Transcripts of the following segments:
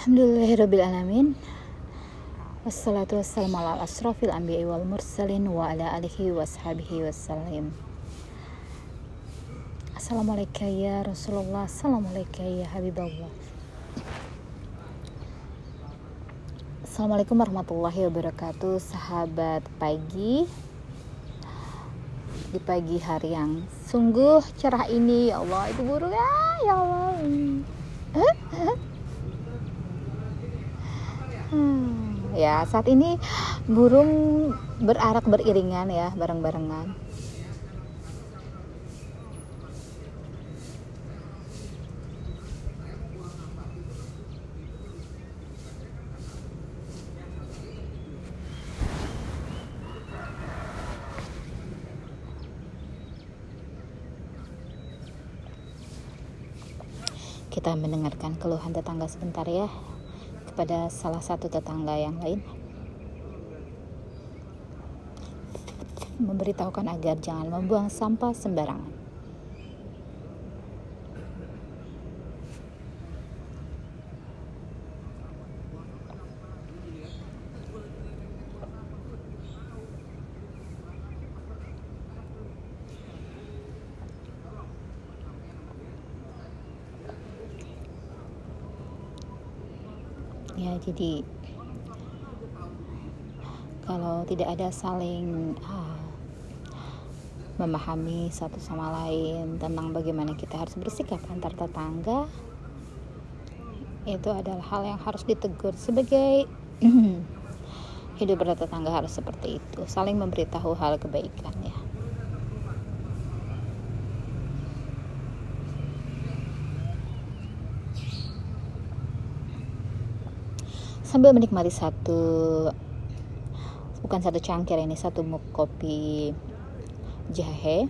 Alhamdulillahirrabbilalamin. Wassalatu wassalamu ala asrafil anbiya'i wal mursalin wa ala alihi wa ashabihi wassalim. Assalamualaikum ya Rasulullah, assalamualaikum ya Habibullah. Assalamualaikum warahmatullahi wabarakatuh. Sahabat pagi, di pagi hari yang sungguh cerah ini, ya Allah, itu burung ya Allah. Ya, saat ini burung berarak beriringan ya, bareng-barengan. Kita mendengarkan keluhan tetangga sebentar ya, kepada salah satu tetangga yang lain, memberitahukan agar jangan membuang sampah sembarangan. Ya, jadi kalau tidak ada saling memahami satu sama lain tentang bagaimana kita harus bersikap antar tetangga, itu adalah hal yang harus ditegur. Sebagai hidup bertetangga harus seperti itu, saling memberitahu hal kebaikan ya. Sambil menikmati bukan satu cangkir ini, satu mug kopi jahe.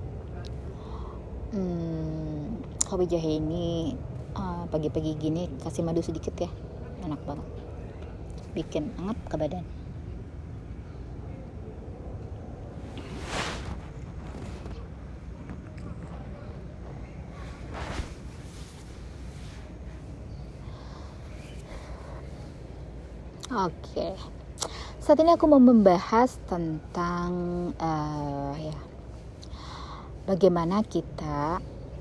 Kopi jahe ini pagi-pagi gini kasih madu sedikit ya, enak banget, bikin hangat ke badan. Oke. Saat ini aku mau membahas tentang bagaimana kita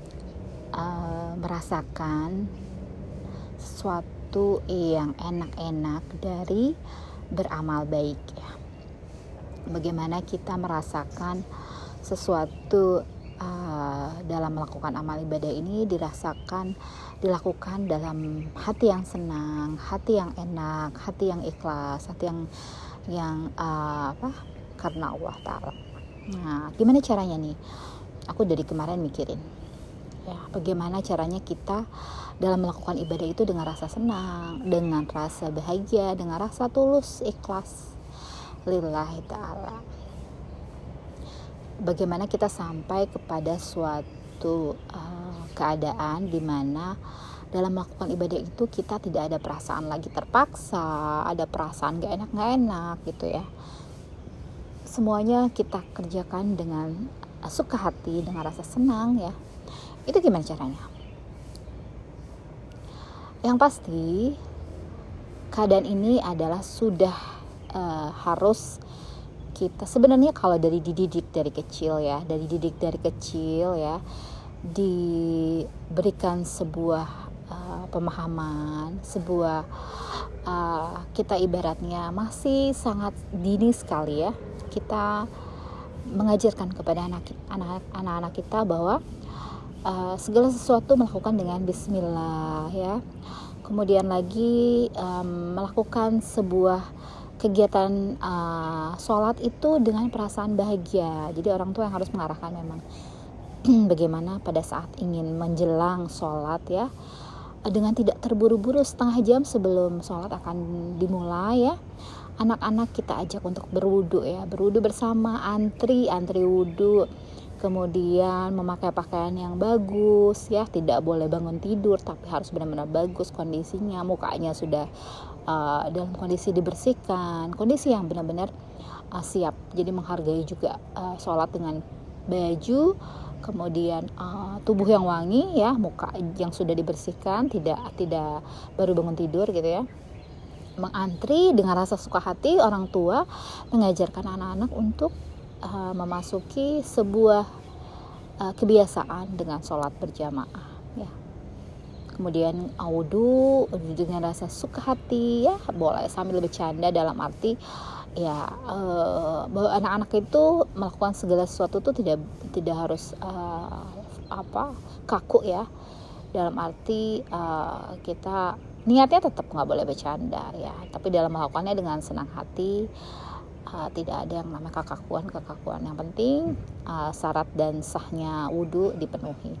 merasakan sesuatu yang enak-enak dari beramal baik ya. Bagaimana kita merasakan sesuatu dalam melakukan amal ibadah ini dilakukan dalam hati yang senang, hati yang enak, hati yang ikhlas, hati yang karena Allah Ta'ala. Nah, gimana caranya nih? Aku dari kemarin mikirin ya, bagaimana caranya kita dalam melakukan ibadah itu dengan rasa senang, dengan rasa bahagia, dengan rasa tulus, ikhlas lillahi ta'ala. Bagaimana kita sampai kepada suatu keadaan di mana dalam melakukan ibadah itu kita tidak ada perasaan lagi terpaksa, ada perasaan gak enak gitu ya. Semuanya kita kerjakan dengan suka hati, dengan rasa senang ya. Itu gimana caranya? Yang pasti keadaan ini adalah sudah harus kita, sebenarnya kalau dididik dari kecil ya, diberikan sebuah pemahaman, kita ibaratnya masih sangat dini sekali ya, kita mengajarkan kepada anak-anak kita bahwa segala sesuatu melakukan dengan bismillah ya. Kemudian lagi melakukan sebuah kegiatan sholat itu dengan perasaan bahagia. Jadi orang tua yang harus mengarahkan memang bagaimana pada saat ingin menjelang sholat ya, dengan tidak terburu-buru setengah jam sebelum sholat akan dimulai ya, anak-anak kita ajak untuk berwudu ya, berwudu bersama, antri wudu, kemudian memakai pakaian yang bagus ya, tidak boleh bangun tidur tapi harus benar-benar bagus kondisinya, mukanya sudah dalam kondisi dibersihkan, kondisi yang benar-benar siap. Jadi menghargai juga sholat dengan baju, kemudian tubuh yang wangi ya, muka yang sudah dibersihkan, tidak baru bangun tidur gitu ya. Mengantri dengan rasa suka hati, orang tua mengajarkan anak-anak untuk memasuki sebuah kebiasaan dengan sholat berjamaah ya. Kemudian wudu dengan rasa suka hati ya, boleh sambil bercanda, dalam arti ya bahwa anak-anak itu melakukan segala sesuatu itu tidak harus kaku ya, dalam arti kita niatnya tetap nggak boleh bercanda ya, tapi dalam melakukannya dengan senang hati, tidak ada yang namanya kekakuan. Yang penting syarat dan sahnya wudu dipenuhi.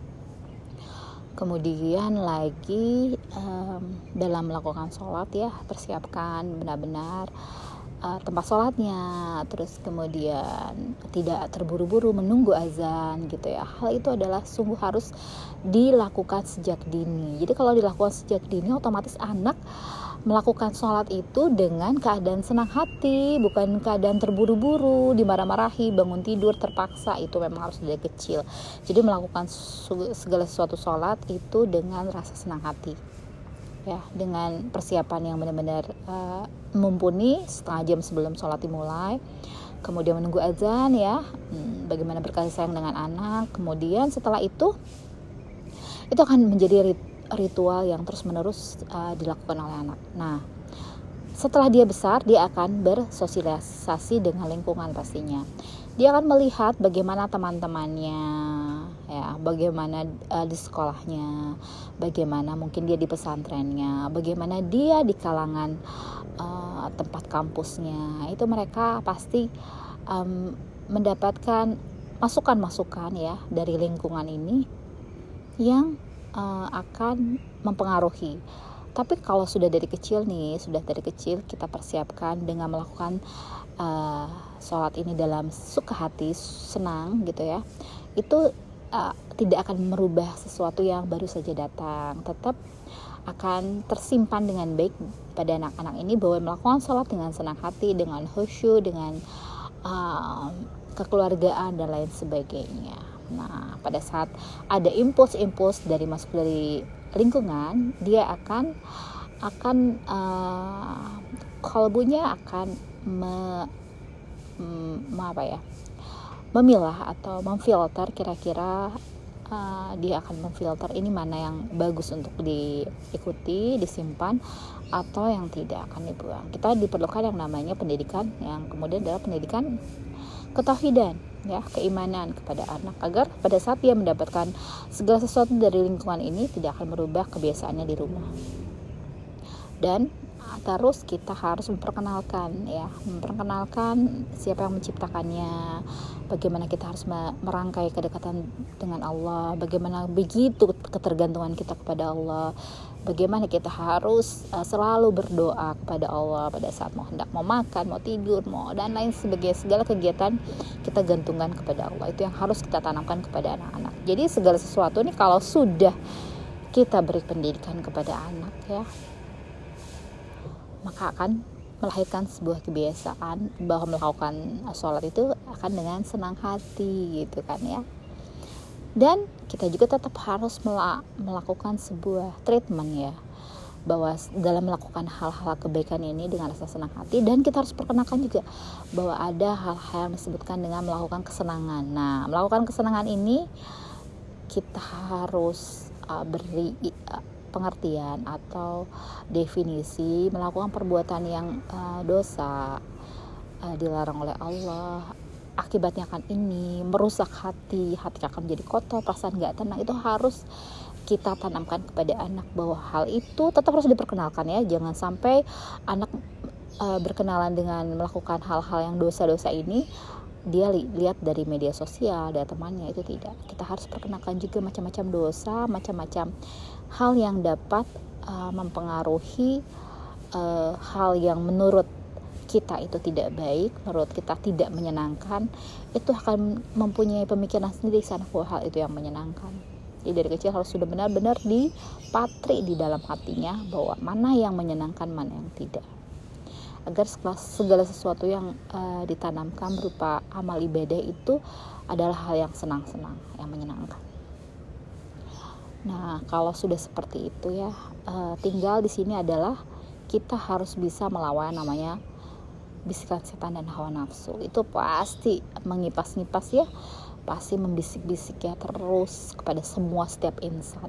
Kemudian lagi dalam melakukan sholat ya, persiapkan benar-benar tempat sholatnya, terus kemudian tidak terburu-buru menunggu azan gitu ya. Hal itu adalah sungguh harus dilakukan sejak dini. Jadi kalau dilakukan sejak dini, otomatis anak melakukan sholat itu dengan keadaan senang hati, bukan keadaan terburu-buru, dimarah-marahi, bangun tidur terpaksa. Itu memang harus dari kecil. Jadi melakukan segala sesuatu sholat itu dengan rasa senang hati ya, dengan persiapan yang benar-benar mumpuni setengah jam sebelum sholat dimulai. Kemudian menunggu azan ya, bagaimana berkasih sayang dengan anak. Kemudian setelah itu akan menjadi ritual yang terus-menerus dilakukan oleh anak. Nah, setelah dia besar, dia akan bersosialisasi dengan lingkungan pastinya. Dia akan melihat bagaimana teman-temannya, ya, bagaimana di sekolahnya, bagaimana mungkin dia di pesantrennya, bagaimana dia di kalangan tempat kampusnya. Itu mereka pasti mendapatkan masukan-masukan ya dari lingkungan ini yang akan mempengaruhi. Tapi kalau sudah dari kecil kita persiapkan dengan melakukan sholat ini dalam suka hati, senang gitu ya, itu tidak akan merubah sesuatu yang baru saja datang. Tetap akan tersimpan dengan baik pada anak-anak ini bahwa melakukan sholat dengan senang hati, dengan khusyuk, dengan kekeluargaan dan lain sebagainya. Nah, pada saat ada impuls dari masuk dari lingkungan, dia akan kalbunya akan memilah atau memfilter, kira-kira dia akan memfilter ini mana yang bagus untuk diikuti, disimpan, atau yang tidak akan dibuang. Kita diperlukan yang namanya pendidikan, yang kemudian adalah pendidikan ketauhidan ya, keimanan kepada anak, agar pada saat dia mendapatkan segala sesuatu dari lingkungan ini tidak akan merubah kebiasaannya di rumah. Dan terus kita harus memperkenalkan siapa yang menciptakannya, bagaimana kita harus merangkai kedekatan dengan Allah, bagaimana begitu ketergantungan kita kepada Allah, bagaimana kita harus selalu berdoa kepada Allah pada saat hendak mau makan, mau tidur, dan lain sebagainya. Segala kegiatan kita gantungkan kepada Allah. Itu yang harus kita tanamkan kepada anak-anak. Jadi segala sesuatu ini kalau sudah kita beri pendidikan kepada anak ya, maka akan melahirkan sebuah kebiasaan bahwa melakukan sholat itu akan dengan senang hati gitu kan ya. Dan kita juga tetap harus melakukan sebuah treatment ya, bahwa dalam melakukan hal-hal kebaikan ini dengan rasa senang hati. Dan kita harus perkenalkan juga bahwa ada hal-hal yang disebutkan dengan melakukan kesenangan. Nah, melakukan kesenangan ini kita harus beri pengertian atau definisi melakukan perbuatan yang dosa, dilarang oleh Allah, akibatnya akan ini merusak hati akan menjadi kotor, perasaan gak tenang. Itu harus kita tanamkan kepada anak bahwa hal itu tetap harus diperkenalkan ya. Jangan sampai anak berkenalan dengan melakukan hal-hal yang dosa-dosa ini dia lihat dari media sosial, dari temannya. Itu tidak. Kita harus perkenalkan juga macam-macam dosa, macam-macam hal yang dapat mempengaruhi hal yang menurut kita itu tidak baik, menurut kita tidak menyenangkan. Itu akan mempunyai pemikiran sendiri sana bahwa hal itu yang menyenangkan. Jadi dari kecil harus sudah benar-benar dipatri di dalam hatinya bahwa mana yang menyenangkan, mana yang tidak. agar segala sesuatu yang ditanamkan berupa amal ibadah itu adalah hal yang senang-senang, yang menyenangkan. Nah, kalau sudah seperti itu ya, tinggal di sini adalah kita harus bisa melawan namanya bisikan setan dan hawa nafsu. Itu pasti mengipas-ngipas ya, pasti membisik-bisik ya terus kepada setiap insan.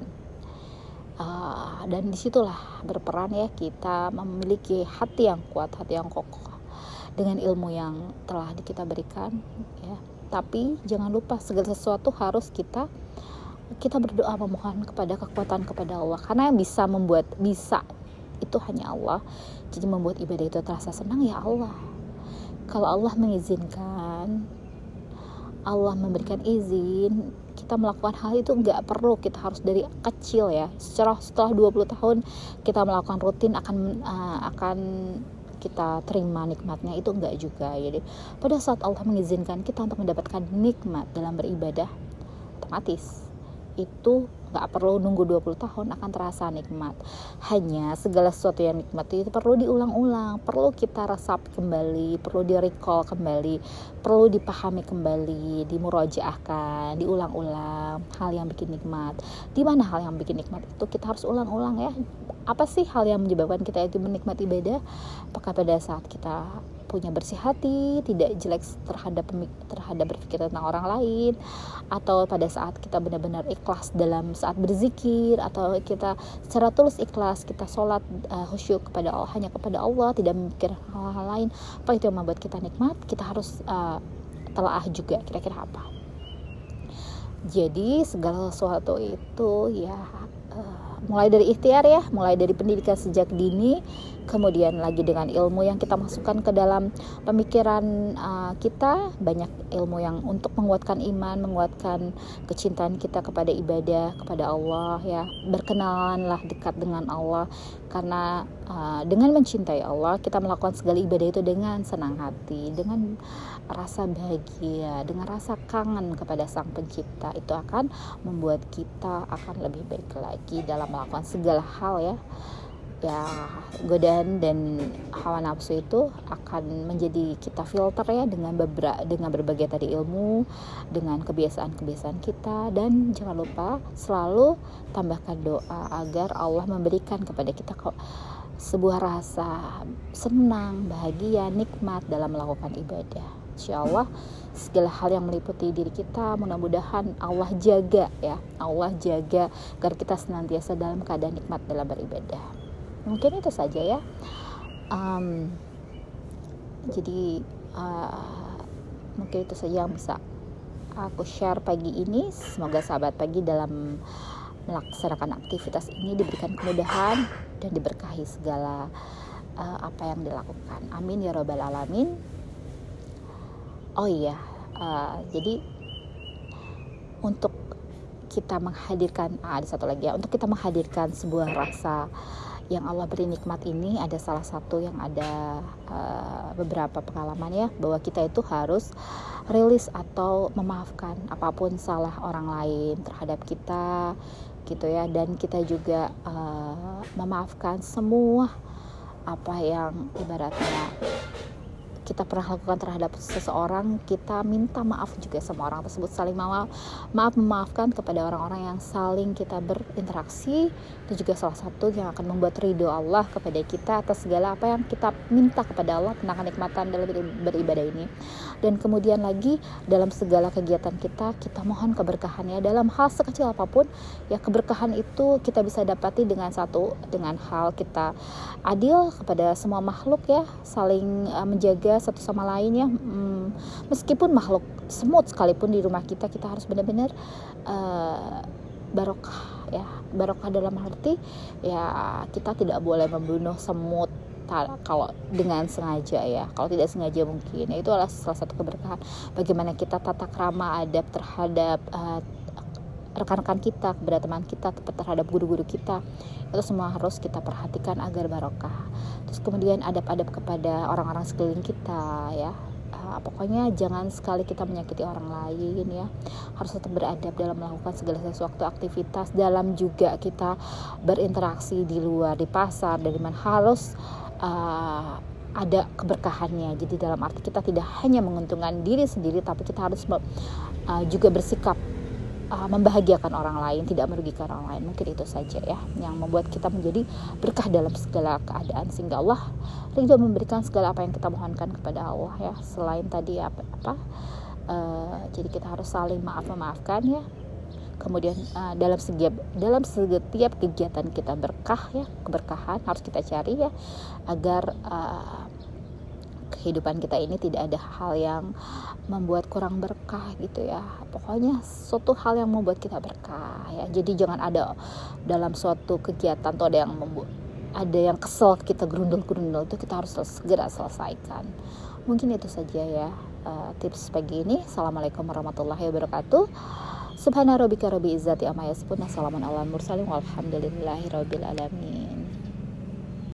Dan disitulah berperan ya kita memiliki hati yang kuat, hati yang kokoh dengan ilmu yang telah kita berikan ya. Tapi jangan lupa segala sesuatu harus kita berdoa memohon kepada kekuatan kepada Allah, karena yang bisa itu hanya Allah. Jadi membuat ibadah itu terasa senang ya Allah. Kalau Allah mengizinkan, Allah memberikan izin, kita melakukan hal itu nggak perlu kita harus dari kecil ya. Setelah 20 tahun kita melakukan rutin akan kita terima nikmatnya, itu enggak juga. Jadi pada saat Allah mengizinkan kita untuk mendapatkan nikmat dalam beribadah, otomatis itu gak perlu nunggu 20 tahun akan terasa nikmat. Hanya segala sesuatu yang nikmat itu perlu diulang-ulang, perlu kita resapi kembali, perlu di-recall kembali, perlu dipahami kembali, dimurojaahkan, diulang-ulang hal yang bikin nikmat. Di mana hal yang bikin nikmat itu kita harus ulang-ulang ya. Apa sih hal yang menyebabkan kita itu menikmati ibadah? Apakah pada saat kita punya bersih hati, tidak jelek terhadap berpikir tentang orang lain, atau pada saat kita benar-benar ikhlas dalam saat berzikir, atau kita secara tulus ikhlas kita sholat khusyuk kepada Allah, hanya kepada Allah, tidak memikir hal-hal lain. Apa itu yang membuat kita nikmat? Kita harus telaah juga kira-kira apa. Jadi segala sesuatu itu ya mulai dari ikhtiar ya, mulai dari pendidikan sejak dini, kemudian lagi dengan ilmu yang kita masukkan ke dalam pemikiran kita, banyak ilmu yang untuk menguatkan iman, menguatkan kecintaan kita kepada ibadah, kepada Allah ya. Berkenalanlah dekat dengan Allah, karena dengan mencintai Allah kita melakukan segala ibadah itu dengan senang hati, dengan rasa bahagia, dengan rasa kangen kepada Sang Pencipta. Itu akan membuat kita akan lebih baik lagi dalam melakukan segala hal ya. Godaan dan hawa nafsu itu akan menjadi kita filter ya dengan berbagai tadi ilmu, dengan kebiasaan-kebiasaan kita. Dan jangan lupa selalu tambahkan doa agar Allah memberikan kepada kita sebuah rasa senang, bahagia, nikmat dalam melakukan ibadah. Insyaallah segala hal yang meliputi diri kita mudah-mudahan Allah jaga ya, Allah jaga agar kita senantiasa dalam keadaan nikmat dalam beribadah. Mungkin itu saja ya. Jadi mungkin itu saja yang bisa aku share pagi ini. Semoga sahabat pagi dalam melaksanakan aktivitas ini diberikan kemudahan dan diberkahi segala apa yang dilakukan. Amin ya robbal alamin. Oh iya, jadi untuk kita menghadirkan ada satu lagi ya, untuk kita menghadirkan sebuah rasa yang Allah beri nikmat ini, ada salah satu yang ada beberapa pengalaman ya, bahwa kita itu harus rilis atau memaafkan apapun salah orang lain terhadap kita gitu ya. Dan kita juga memaafkan semua apa yang ibaratnya kita pernah lakukan terhadap seseorang, kita minta maaf juga sama orang tersebut, saling memaafkan kepada orang-orang yang saling kita berinteraksi. Itu juga salah satu yang akan membuat ridho Allah kepada kita atas segala apa yang kita minta kepada Allah tentang kenikmatan dalam beribadah ini. Dan kemudian lagi dalam segala kegiatan kita mohon keberkahan ya, dalam hal sekecil apapun ya. Keberkahan itu kita bisa dapati dengan hal kita adil kepada semua makhluk ya, saling menjaga satu sama lain ya. Meskipun makhluk semut sekalipun di rumah kita harus benar-benar barokah ya. Barokah dalam arti ya, kita tidak boleh membunuh semut kalau dengan sengaja ya. Kalau tidak sengaja mungkin ya, itu adalah salah satu keberkahan. Bagaimana kita tata krama adab terhadap rekan-rekan kita, kepada teman kita, terhadap guru-guru kita, itu semua harus kita perhatikan agar barokah. Terus kemudian adab-adab kepada orang-orang sekeliling kita ya. Pokoknya jangan sekali kita menyakiti orang lain ya. Harus tetap beradab dalam melakukan segala sesuatu aktivitas, dalam juga kita berinteraksi di luar, di pasar, dari mana harus ada keberkahannya. Jadi dalam arti kita tidak hanya menguntungkan diri sendiri, tapi kita harus juga bersikap membahagiakan orang lain, tidak merugikan orang lain. Mungkin itu saja ya yang membuat kita menjadi berkah dalam segala keadaan, sehingga Allah ridho memberikan segala apa yang kita mohonkan kepada Allah ya. Selain tadi jadi kita harus saling memaafkan ya. Kemudian dalam setiap kegiatan kita berkah ya, keberkahan harus kita cari ya, agar kehidupan kita ini tidak ada hal yang membuat kurang berkah gitu ya. Pokoknya suatu hal yang membuat kita berkah ya. Jadi jangan ada dalam suatu kegiatan atau ada yang kesel kita gerundul-gerundul, itu kita harus segera selesaikan. Mungkin itu saja ya tips pagi ini. Assalamualaikum warahmatullahi wabarakatuh. Subhana rabbika rabbil izzati amma yasifun. Wassalamun ala mursalin walhamdulillahi rabbil alamin.